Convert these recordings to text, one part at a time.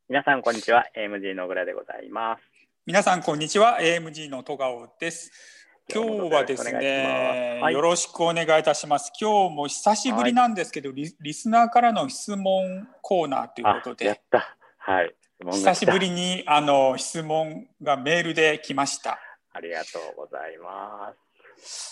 皆さんこんにちは。AMG の小倉でございます。 皆さんこんにちは。AMG の戸川です。今日はですね、よろしくお願いいたします。今日も久しぶりなんですけど、リスナーからの質問コーナーということで、 やった。はい。 久しぶりに質問がメールで来ました。 ありがとうございます。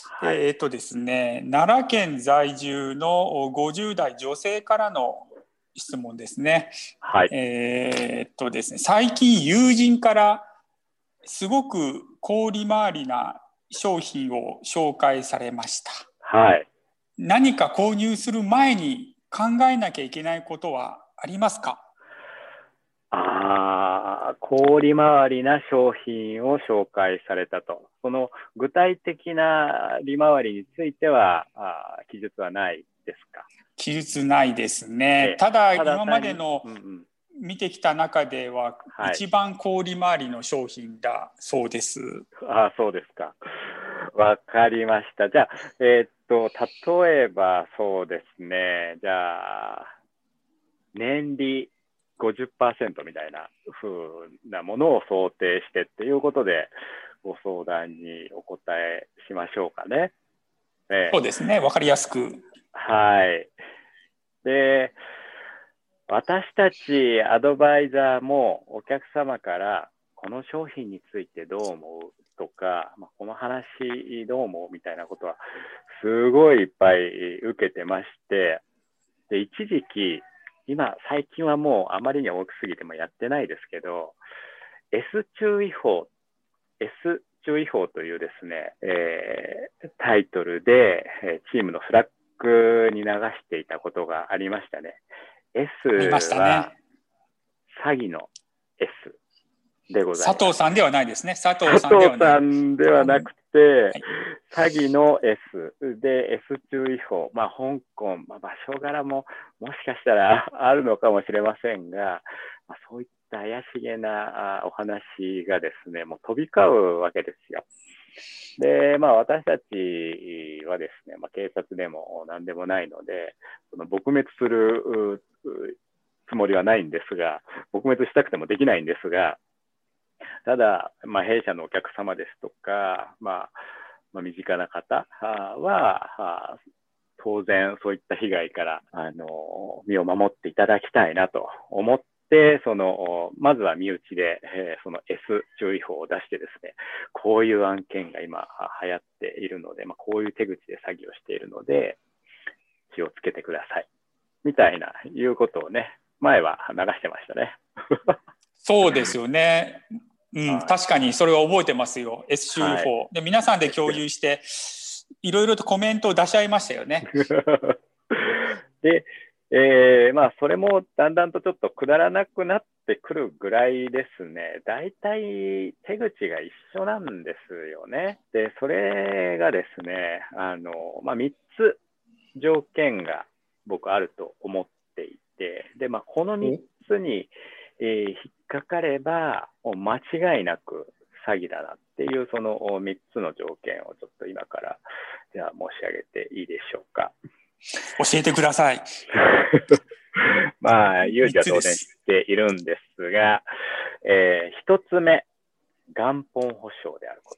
はい、ですね、奈良県在住の50代女性からの質問ですね。 はい。 ですね、最近友人からすごく小売回りな商品を紹介されました。 はい。 何か購入する前に考えなきゃいけないことはありますか？ 小売回りな商品を紹介されたと。その具体的な利回りについては記述はないですか？ 記述ないですね。ただ今までの見てきた中では一番小売回りの商品だそうです。 そうですか。わかりました。じゃあ、例えばそうですね。じゃあ、年利50% みたいな風なものを想定してっていうことで、ご相談にお答えしましょうかね。 そうですね。わかりやすく。 はい。で、私たちアドバイザーもお客様からこの商品についてどう思うとか、この話どう思うみたいなことはすごいいっぱい受けてまして、で一時期最近はもうあまりに大きすぎてもやってないですけど、S 注意報というですね、タイトルでチームのスラックに流していたことがありましたね。S は詐欺の S でございます。 佐藤さんではないですね。 佐藤さんではなくて、詐欺の S で S 注意報、香港、場所柄ももしかしたらあるのかもしれませんが、そういった怪しげなお話がですね、もう飛び交うわけですよ。で、私たちはですね、警察でも何でもないので、その撲滅するつもりはないんですが、撲滅したくてもできないんですが、ただ、弊社のお客様ですとか、身近な方は、当然そういった被害から身を守っていただきたいなと思って、まずは身内で、その S 注意報を出してですね、こういう案件が今流行っているので、こういう手口で詐欺をしているので気をつけてくださいみたいないうことをね、前は流してましたね。 そうですよね。確かにそれは覚えてますよ。S 注意報、で皆さんで共有していろいろとコメントを出し合いましたよね。 で、それもだんだんとちょっとくだらなくなってくるぐらいですね。だいたい手口が一緒なんですよね。で、それがですね、3つ条件が僕あると思っていて、で、この3つに、引っかかれば間違いなく詐欺だなっていうその3つの条件をちょっと今からじゃあ申し上げていいでしょうか。 教えてください。 有事は当然知っているんですが、1つ目、元本保証であること。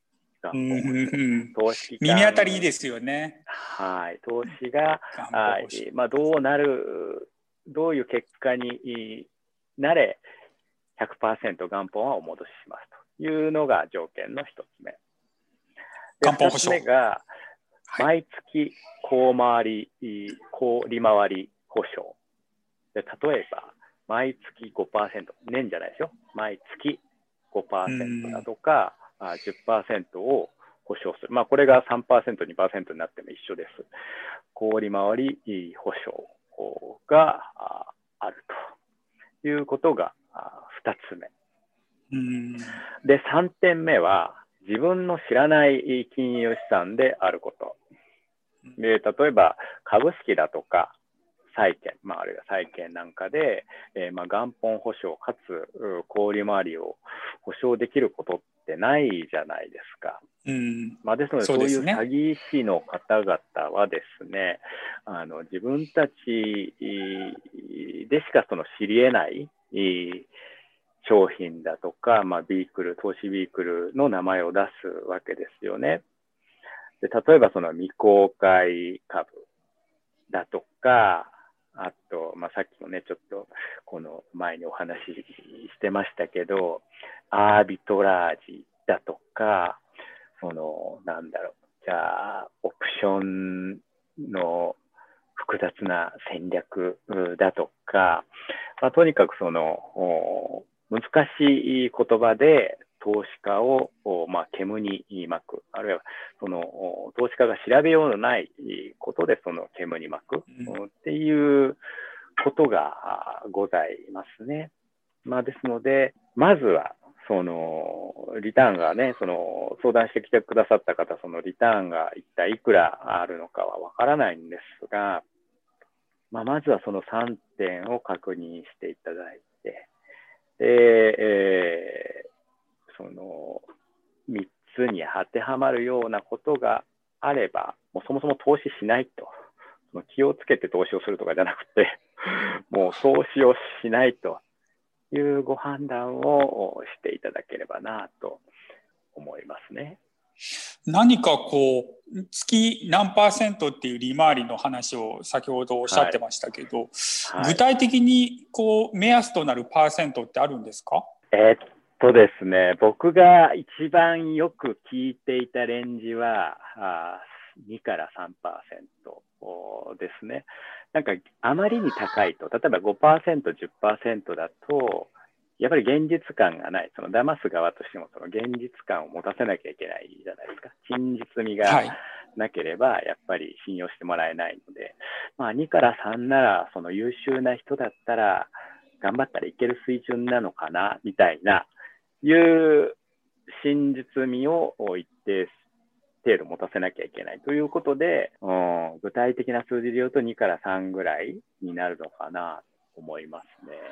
投資耳当たりいいですよね。 はい、投資がどういう結果になれ 100% 元本はお戻ししますというのが条件の1つ目。で、2つ目が毎月高利回り保証で、例えば毎月 5%、年じゃないですよ、毎月 5% だとか10% を保証する。これが 3%、2% になっても一緒です。高利回り保証があるということが2つ目。で、3点目は自分の知らない金融資産であること。で、例えば株式だとか債券、あるいは債券なんかで、元本保証かつ高利回りを保証できることってないじゃないですか。ですので、そういう詐欺師の方々はですね、自分たちでしか知り得ない商品だとか、ビークル、投資ビークルの名前を出すわけですよね。で、例えばその未公開株だとか、あと、さっきもね、ちょっとこの前にお話ししてましたけど、アービトラージだとか、じゃあ、オプションの複雑な戦略だとか、とにかく難しい言葉で投資家を、煙に巻く、あるいは投資家が調べようのないことで煙に巻くっていうことがございますね。ですので、まずはリターンがね、相談してきてくださった方、リターンが一体いくらあるのかはわからないんですが、まずはその3点を確認していただいて、で、3つに当てはまるようなことがあれば、もうそもそも投資しないと。気をつけて投資をするとかじゃなくて、もう投資をしないというご判断をしていただければなと思いますね。 何か月何%っていう利回りの話を先ほどおっしゃってましたけど、具体的に目安となるパーセントってあるんですか？ ですね、僕が一番よく聞いていたレンジは2から3% ですね。なんかあまりに高いと、例えば 5%、10% だと、やっぱり現実感がない、騙す側としても現実感を持たせなきゃいけないじゃないですか。真実味がなければ、やっぱり信用してもらえないので、2から3なら、優秀な人だったら、頑張ったらいける水準なのかな、みたいな、いう真実味を一定程度持たせなきゃいけないということで、具体的な数字で言うと2から3ぐらいになるのかなと思いますね。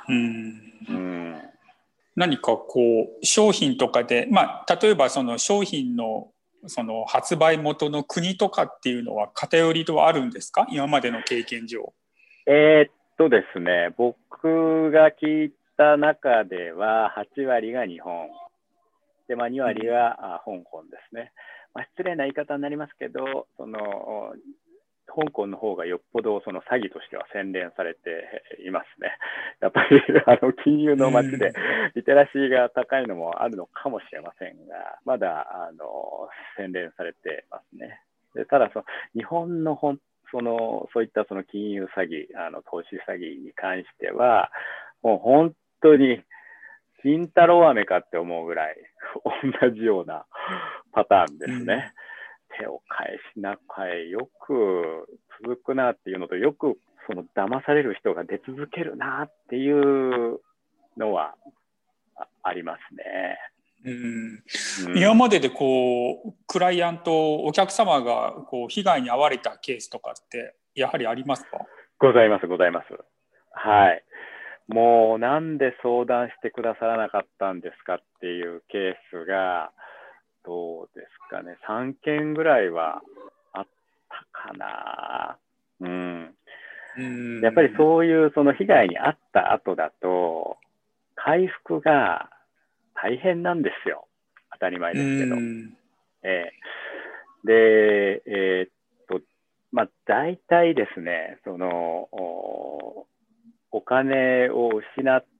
何か商品とかで、例えばその商品の発売元の国とかっていうのは偏りはあるんですか？今までの経験上。 ですね、僕が聞いた中では8割が日本で、2割が香港ですね。失礼な言い方になりますけど、香港の方がよっぽど詐欺としては洗練されていますね。やっぱり金融の街でリテラシーが高いのもあるのかもしれませんが、まだ洗練されてますね。でただ日本のそういった金融詐欺、投資詐欺に関しては、もう本当に金太郎飴かって思うぐらい同じようなパターンですね。手を返しな返よく続くなっていうのと、よく騙される人が出続けるなっていうのはありますね。 今まででクライアント、お客様が被害に遭われたケースとかってやはりありますか？ ございます。はい。もうなんで相談してくださらなかったんですかっていうケースが、どうですかね、3件ぐらいはあったかな。やっぱりそういう被害に遭った後だと、回復が大変なんですよ。当たり前ですけど。で、大体ですね、お金を失って、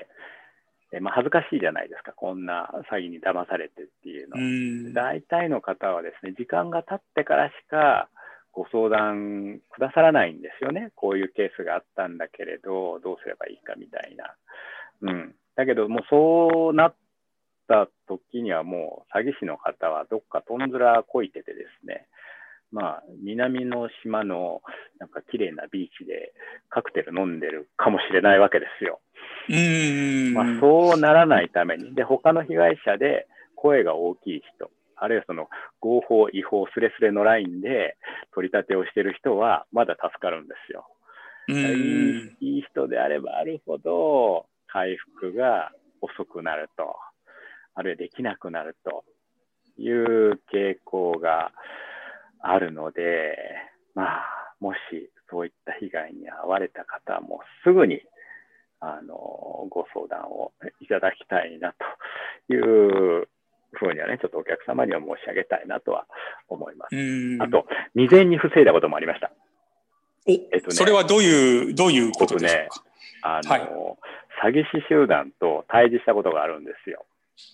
恥ずかしいじゃないですか、こんな詐欺に騙されてっていうの。大体の方はですね、時間が経ってからしかご相談くださらないんですよね。こういうケースがあったんだけれど、どうすればいいかみたいな。だけど、もうそうなった時にはもう詐欺師の方はどっかとんずらこいててですね、南の島のなんか綺麗なビーチでカクテル飲んでるかもしれないわけですよ。そうならないために、で、他の被害者で声が大きい人、あるいは合法、違法、スレスレのラインで取り立てをしている人はまだ助かるんですよ。いい人であればあるほど回復が遅くなると、あるいはできなくなるという傾向があるので、もしそういった被害に遭われた方はもうすぐにご相談をいただきたいなというふうにはね、ちょっとお客様には申し上げたいなとは思います。あと、未然に防いだこともありました。 それはどういうことでしょうか。 詐欺師集団と対峙したことがあるんですよ。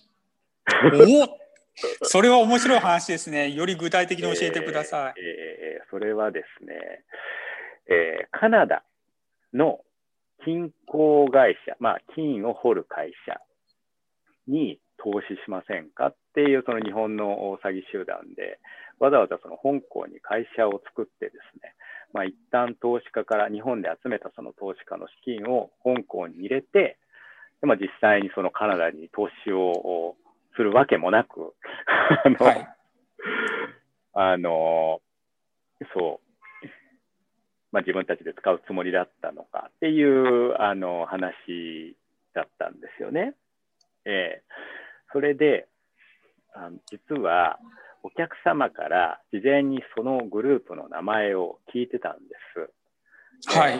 それは面白い話ですね。より具体的に教えてください。 それはですね、カナダの金鉱会社、金を掘る会社に投資しませんかっていうその日本の詐欺集団で、わざわざその香港に会社を作ってですね、一旦投資家から日本で集めたその投資家の資金を香港に入れて、で実際にそのカナダに投資をするわけもなく自分たちで使うつもりだったのかっていう話だったんですよね。それで実はお客様から事前にそのグループの名前を聞いてたんです。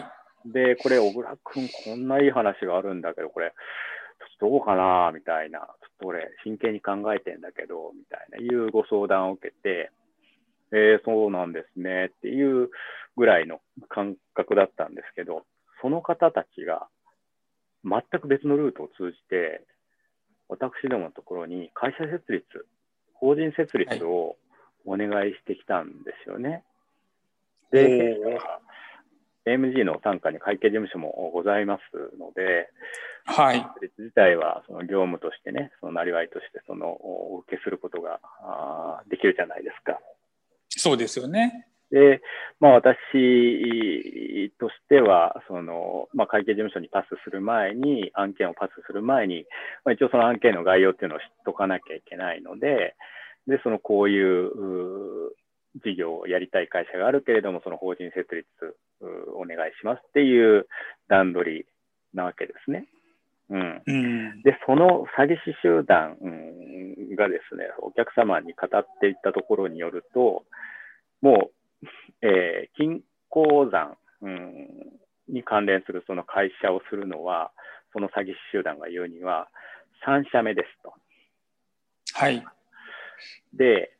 で、これ小倉君こんないい話があるんだけど、これどうかなみたいな、ちょっと俺真剣に考えてんだけどみたいないうご相談を受けて、そうなんですねっていうぐらいの感覚だったんですけど、その方たちが全く別のルートを通じて私どものところに会社設立、法人設立をお願いしてきたんですよね。で、AMG の傘下に会計事務所もございますので、設立自体はその業務としてね、そのなりわいとしてそのお受けすることができるじゃないですか。 そうですよね。 で、私としてはその、会計事務所にパスする前に、案件をパスする前に、一応その案件の概要っていうのを知っとかなきゃいけないので、そのこういう事業をやりたい会社があるけれども、その法人設立お願いしますっていう段取りなわけですね。で、その詐欺師集団がですね、お客様に語っていったところによると、もう、金鉱山に関連するその会社をするのは、その詐欺師集団が言うには3社目ですと。で、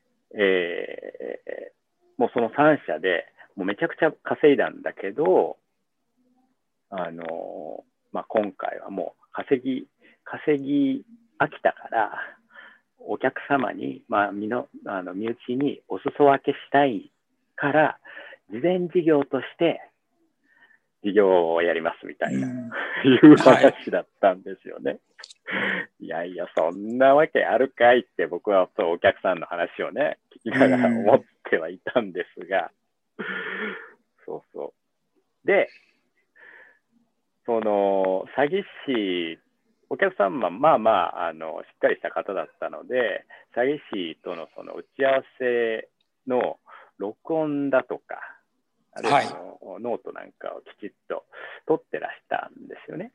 もうその3社でもうめちゃくちゃ稼いだんだけど、今回はもう稼ぎ飽きたから、お客様に、身内にお裾分けしたいから、事前事業として事業をやりますみたいな、いう話だったんですよね。いやいや、そんなわけあるかいって僕はそうお客さんの話をね、聞きながら思ってはいたんですが、で、その詐欺師、お客様はしっかりした方だったので、詐欺師とのその打ち合わせの録音だとか、あるいはそのノートなんかをきちっと取ってらしたんですよね。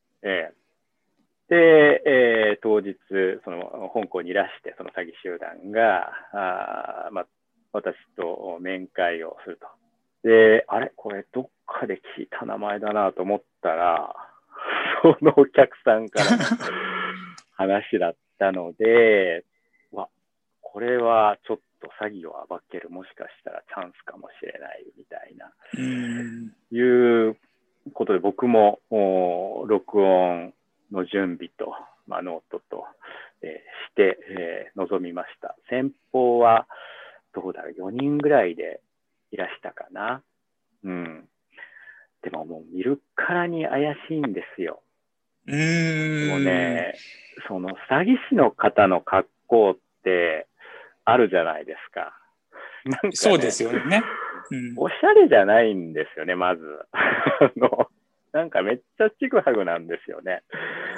で、当日、その香港にいらして、その詐欺集団が私と面会をすると。で、あれこれどっかで聞いた名前だなと思ったら、そのお客さんからの話だったので、これはちょっと詐欺を暴ける、もしかしたらチャンスかもしれないみたいな、いうことで、僕も録音の準備と、ノートと、して、臨みました。先方はどうだろう、4人ぐらいでいらしたかな。でももう見るからに怪しいんですよ。でもね、その詐欺師の方の格好ってあるじゃないですか。なんかね、 そうですよね。 おしゃれじゃないんですよね、まず。なんかめっちゃちぐはぐなんですよね。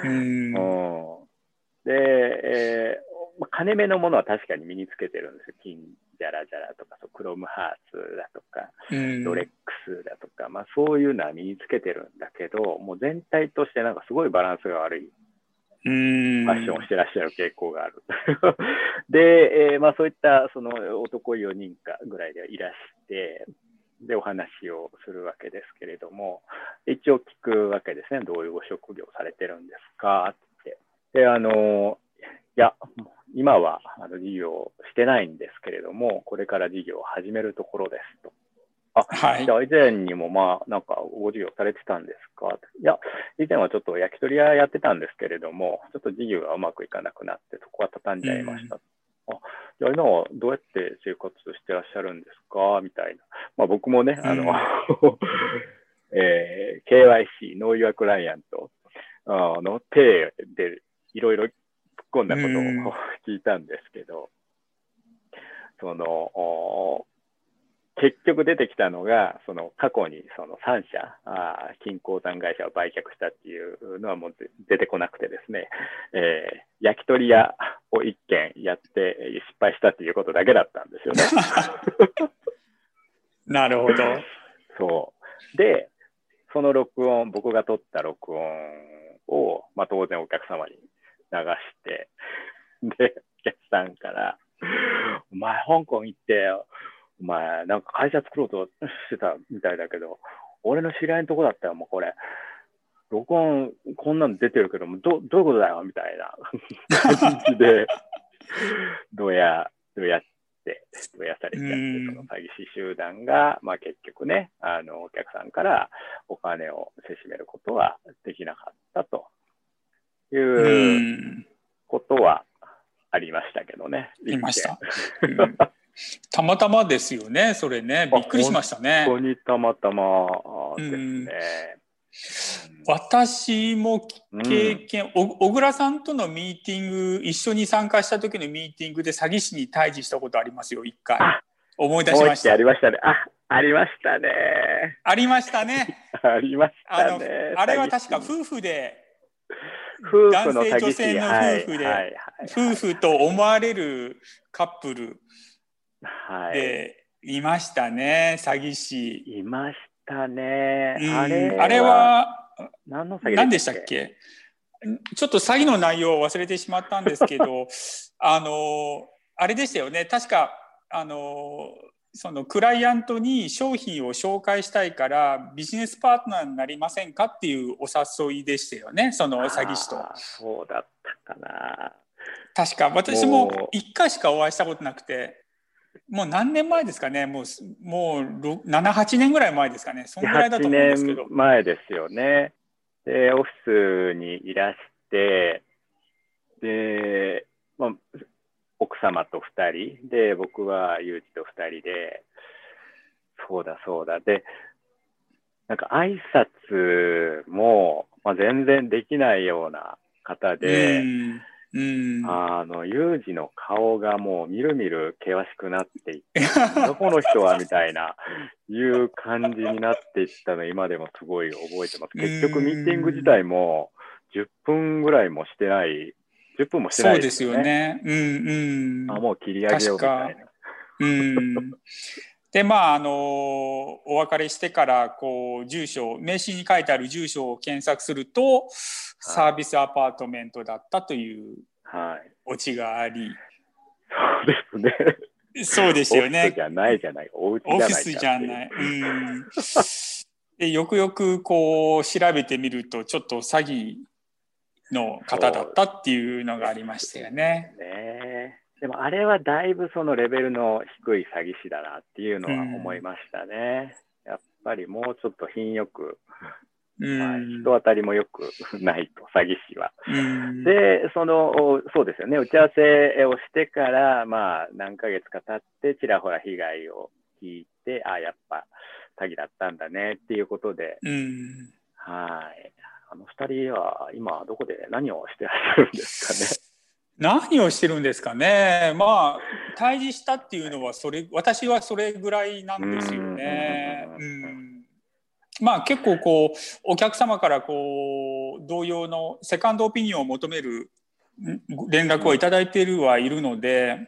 で、金目のものは確かに身につけてるんですよ。金ジャラジャラとか、クロムハーツだとか、ロレックスだとか、そういうのは身につけてるんだけど、もう全体としてなんかすごいバランスが悪いファッションをしてらっしゃる傾向がある。で、そういったその男4人かぐらいでいらして、 でお話をするわけですけれども、一応聞くわけですね。どういうご職業されてるんですかって。で、いや、今は事業してないんですけれども、これから事業を始めるところですと。 はい、 じゃあ以前にもなんかご事業されてたんですか。いや、以前はちょっと焼き鳥屋やってたんですけれども、ちょっと事業がうまくいかなくなって、そこは畳んじゃいました。じゃあ今はどうやって生活してらっしゃるんですかみたいな。僕もね、KYC、ノーユアクライアントの手でいろいろ突っ込んだことを聞いたんですけど、結局出てきたのが、過去に3社、金鉱山会社を売却したっていうのはもう出てこなくてですね、焼き鳥屋を1軒やって失敗したっていうことだけだったんですよね。 なるほど。そう。 で、その僕が撮った録音を、当然お客様に流して、で、お客さんから、お前、香港行って、お前、なんか会社作ろうとしてたみたいだけど、俺の知り合いのとこだったよ、もうこれ。録音、こんなの出てるけども、どういうことだよ、みたいな感じで、どうやされちゃって、その詐欺師集団が、結局ね、お客さんからお金をせしめることはできなかったということはありましたけどね。 いました。たまたまですよね、それね。びっくりしましたね。 本当にたまたまですね。 私も経験、小倉さんとのミーティング、一緒に参加した時のミーティングで詐欺師に対峙したことありますよ、一回。思い出しました。 ありましたね。ありましたね。 ありましたね。 ありましたね。 あれは確か夫婦で、 男性女性の夫婦で、夫婦と思われるカップルでいましたね、詐欺師。 いましたね。 あれは何でしたっけ？ちょっと詐欺の内容を忘れてしまったんですけどあれでしたよね。確かそのクライアントに商品を紹介したいからビジネスパートナーになりませんかっていうお誘いでしたよね、その詐欺師と。 そうだったかな。 確か私も1回しかお会いしたことなくて、もう何年前ですかね。もう7、8年ぐらい前ですかね。そんぐらいだと思うんですけど。 8年前ですよね。で、オフィスにいらして、で、奥様と2人で、僕はユージと2人で、そうだ。で、なんか挨拶も、全然できないような方で、ユージの顔がもうみるみる険しくなっていって、どこの人はみたいな、いう感じになっていったの今でもすごい覚えてます。結局ミーティング自体も10分ぐらいもしてない、10分もしてないですよね。 そうですよね。 もう切り上げようみたいな。 でお別れしてから住所、名刺に書いてある住所を検索すると、サービスアパートメントだったというオチがあり、 そうですね。 そうですよね。 オフィスじゃないじゃない、お家じゃないかっていう。 オフィスじゃない。でよくよく調べてみると、ちょっと詐欺の方だったっていうのがありましたよね。 でもあれはだいぶそのレベルの低い詐欺師だなっていうのは思いましたね。やっぱりもうちょっと品よく、人当たりもよくないと、詐欺師は。で、そうですよね、打ち合わせをしてから、何ヶ月か経って、ちらほら被害を聞いて、やっぱ詐欺だったんだねっていうことで、2人は今どこで何をしてらっしゃるんですかね。 何をしてるんですかね。対峙したっていうのは私はそれぐらいなんですよね。結構お客様から同様のセカンドオピニオンを求める連絡をいただいているので、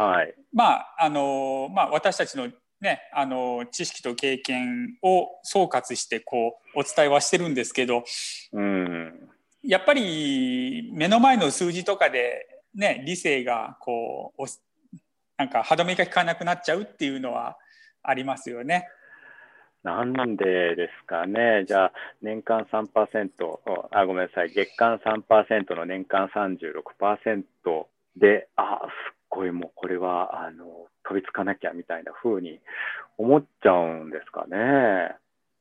私たちのね、知識と経験を総括してお伝えはしてるんですけど、やっぱり目の前の数字とかで、理性がなんか歯止めが効かなくなっちゃうっていうのはありますよね。 なんでですかね。じゃあ、年間3%、ごめんなさい、月間3%の年間36%で、すっごいもうこれは、飛びつかなきゃみたいな風に思っちゃうんですかね。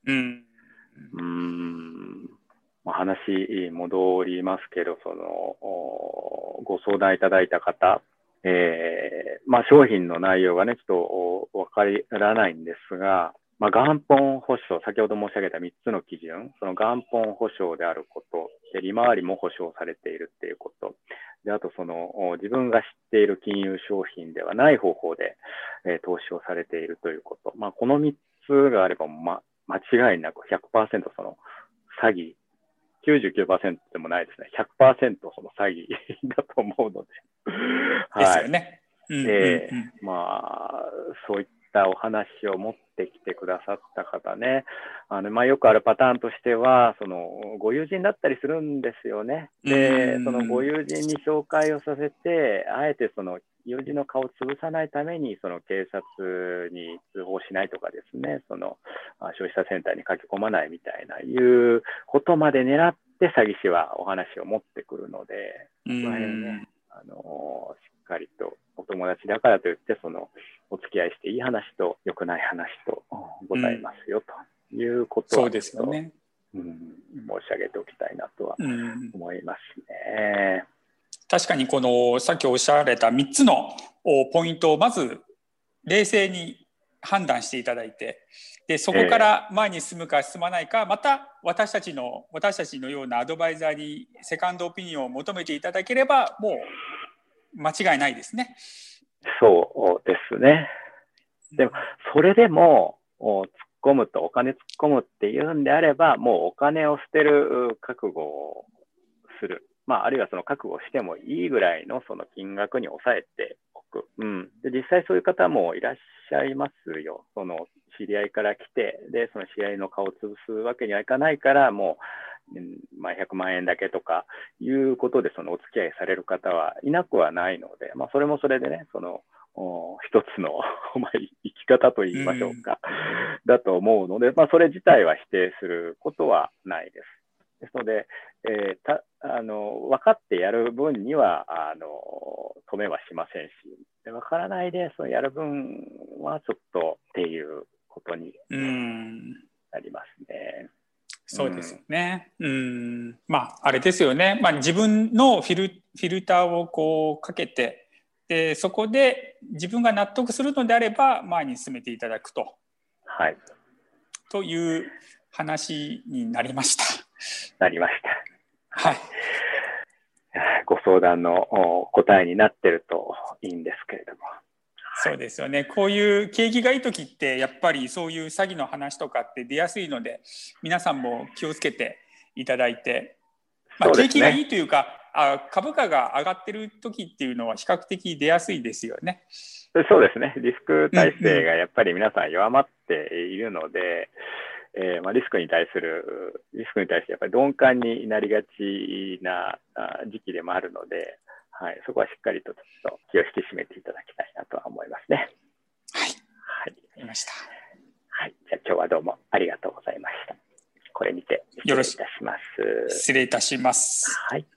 話戻りますけど、ご相談いただいた方、商品の内容がね、ちょっとわからないんですが、元本保証、先ほど申し上げた3つの基準、その元本保証であること、で利回りも保証されているっていうこと、であと自分が知っている金融商品ではない方法で、投資をされているということ、この3つがあれば、間違いなく100%詐欺、99% でもないですね、100% その詐欺だと思うので、 ですよね。 そういったお話を持ってきてくださった方ね、よくあるパターンとしては、ご友人だったりするんですよね。で、そのご友人に紹介をさせて、あえて友人の顔を潰さないために、警察に通報しないとかですね、消費者センターに書き込まないみたいないうことまで狙って詐欺師はお話を持ってくるので、その辺ね、しっかりとお友達だからといって、お付き合いしていい話と良くない話とございますよ、ということは、 そうですよね。 申し上げておきたいなとは思いますね。 確かにさっきおっしゃられた3つのポイントをまず冷静に判断していただいて、でそこから前に進むか進まないか、また私たちのようなアドバイザーにセカンドオピニオンを求めていただければ、もう間違いないですね。 そうですね。でもそれでもお金突っ込むっていうんであれば、もうお金を捨てる覚悟をする。あるいはその覚悟してもいいぐらいのその金額に抑えておく。で、実際そういう方もいらっしゃいますよ。知り合いから来て、で、その知り合いの顔を潰すわけにはいかないから、もう、100万円だけとかいうことで、お付き合いされる方はいなくはないので、それもそれでね、一つの生き方と言いましょうか、だと思うので、それ自体は否定することはないです。ですので、分かってやる分には止めはしませんし、分からないでやる分はちょっとっていうことになりますね。 そうですよね。あれですよね。自分のフィルターをかけて、でそこで自分が納得するのであれば前に進めていただくと、という話になりました。 なりました。はい。ご相談の答えになってるといいんですけれども。 そうですよね。こういう景気がいい時ってやっぱりそういう詐欺の話とかって出やすいので、皆さんも気をつけていただいて、景気がいいというか株価が上がってる時っていうのは比較的出やすいですよね。 そうですね。リスク耐性がやっぱり皆さん弱まっているので、リスクに対してやっぱり鈍感になりがちな時期でもあるので、そこはしっかりとちょっと気を引き締めていただきたいなとは思いますね。 はい。わかりました。 はい。じゃあ今日はどうもありがとうございました。これにて失礼いたします。 失礼いたします。 はい。